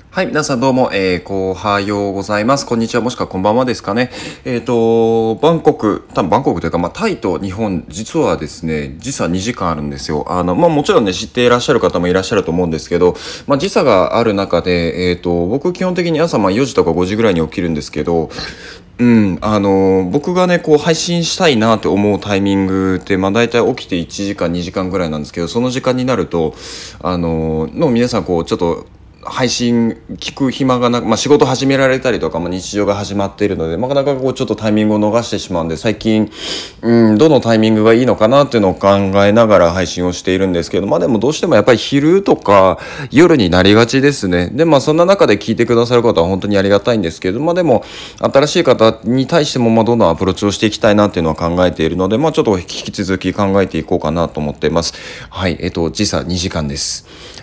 はい、皆さんどうも、おはようございます。こんにちは、もしくはこんばんはですかね。バンコク、多分バンコクというか、タイと日本、実はですね、時差2時間あるんですよ。もちろんね、知っていらっしゃる方もいらっしゃると思うんですけど、時差がある中で、僕基本的に朝4時とか5時ぐらいに起きるんですけど、僕がね、配信したいなって思うタイミングって、大体起きて1時間、2時間ぐらいなんですけど、その時間になると、皆さんちょっと、配信聞く暇がなく、仕事始められたりとか、日常が始まっているので、なかなかちょっとタイミングを逃してしまうんで、最近、どのタイミングがいいのかなっていうのを考えながら配信をしているんですけど、でもどうしてもやっぱり昼とか夜になりがちですね。で、そんな中で聞いてくださる方は本当にありがたいんですけど、でも、新しい方に対しても、どんどんアプローチをしていきたいなっていうのは考えているので、ちょっと引き続き考えていこうかなと思っています。はい、時差2時間です。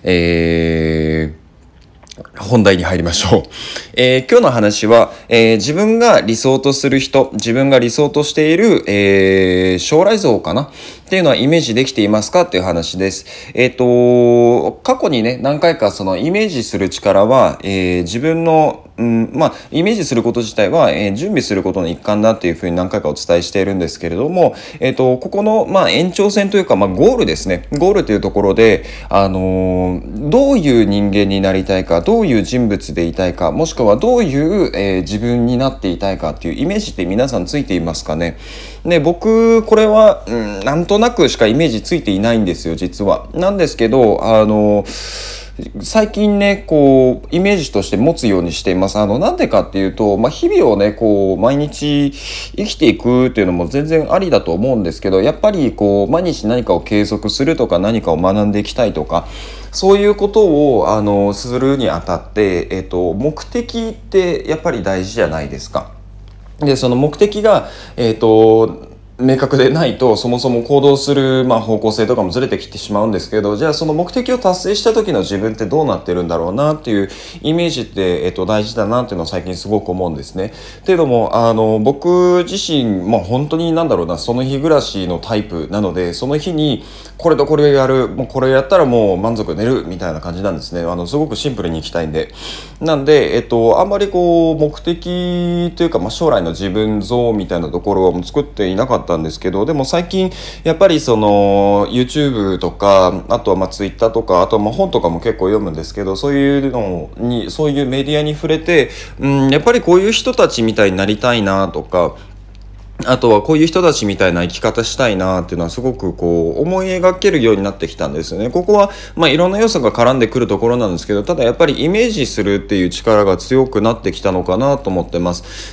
本題に入りましょう。今日の話は、自分が理想とする人、自分が理想としている、将来像かなっていうのはイメージできていますかっていう話です。過去にね、何回かそのイメージする力は、自分のイメージすること自体は、準備することの一環だっていうふうに何回かお伝えしているんですけれども、ここの、延長線というか、ゴールですね。ゴールというところで、どういう人間になりたいか、どういう人物でいたいか、もしくはどういう、自分になっていたいかっていうイメージって皆さんついていますかね。で、僕、これは、なんとなくしかイメージついていないんですよ、実は。なんですけど、最近ね、イメージとして持つようにしています。なんでかっていうと、日々をね、毎日生きていくっていうのも全然ありだと思うんですけど、やっぱり毎日何かを継続するとか、何かを学んでいきたいとか、そういうことを、するにあたって、目的ってやっぱり大事じゃないですか。で、その目的が、明確でないとそもそも行動する、方向性とかもずれてきてしまうんですけど、じゃあその目的を達成した時の自分ってどうなってるんだろうなっていうイメージって、大事だなっていうのを最近すごく思うんですね。っていうのも僕自身、本当にその日暮らしのタイプなので、その日にこれとこれをやる、もうこれやったらもう満足寝るみたいな感じなんですね。すごくシンプルにいきたいんで。なんで、あんまり目的というか、将来の自分像みたいなところは作っていなかったんですけど、でも最近やっぱりその YouTube とか、あとはTwitter とか、あとは本とかも結構読むんですけど、そういうのに、そういうメディアに触れて、やっぱりこういう人たちみたいになりたいなとか、あとはこういう人たちみたいな生き方したいなっていうのはすごく思い描けるようになってきたんですよね。ここはいろんな要素が絡んでくるところなんですけど、ただやっぱりイメージするっていう力が強くなってきたのかなと思ってます。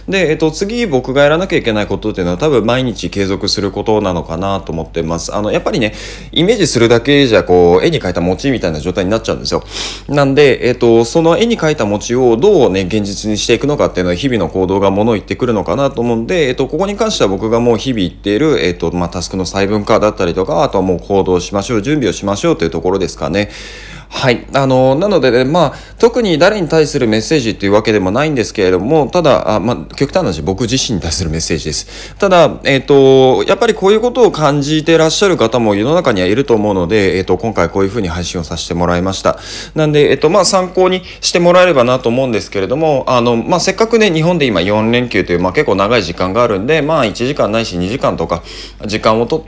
で、次僕がやらなきゃいけないことっていうのは多分毎日継続することなのかなと思ってます。やっぱりね、イメージするだけじゃ絵に描いた餅みたいな状態になっちゃうんですよ。なんで、その絵に描いた餅をどうね、現実にしていくのかっていうのは日々の行動がものを言ってくるのかなと思うんで、ここに関しては僕がもう日々言っている、タスクの細分化だったりとか、あとはもう行動しましょう、準備をしましょうというところですかね。はい。なのでね、特に誰に対するメッセージっていうわけでもないんですけれども、ただ、極端な話、僕自身に対するメッセージです。ただ、やっぱりこういうことを感じてらっしゃる方も世の中にはいると思うので、今回こういうふうに配信をさせてもらいました。なんで、参考にしてもらえればなと思うんですけれども、せっかくね、日本で今4連休という、結構長い時間があるんで、1時間ないし2時間とか、時間をとって、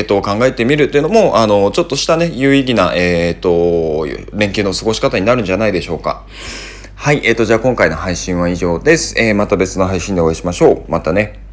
考えてみるっていうのも、ちょっとしたね、有意義な、連休の過ごし方になるんじゃないでしょうか。はい、じゃあ今回の配信は以上です。また別の配信でお会いしましょう。またね。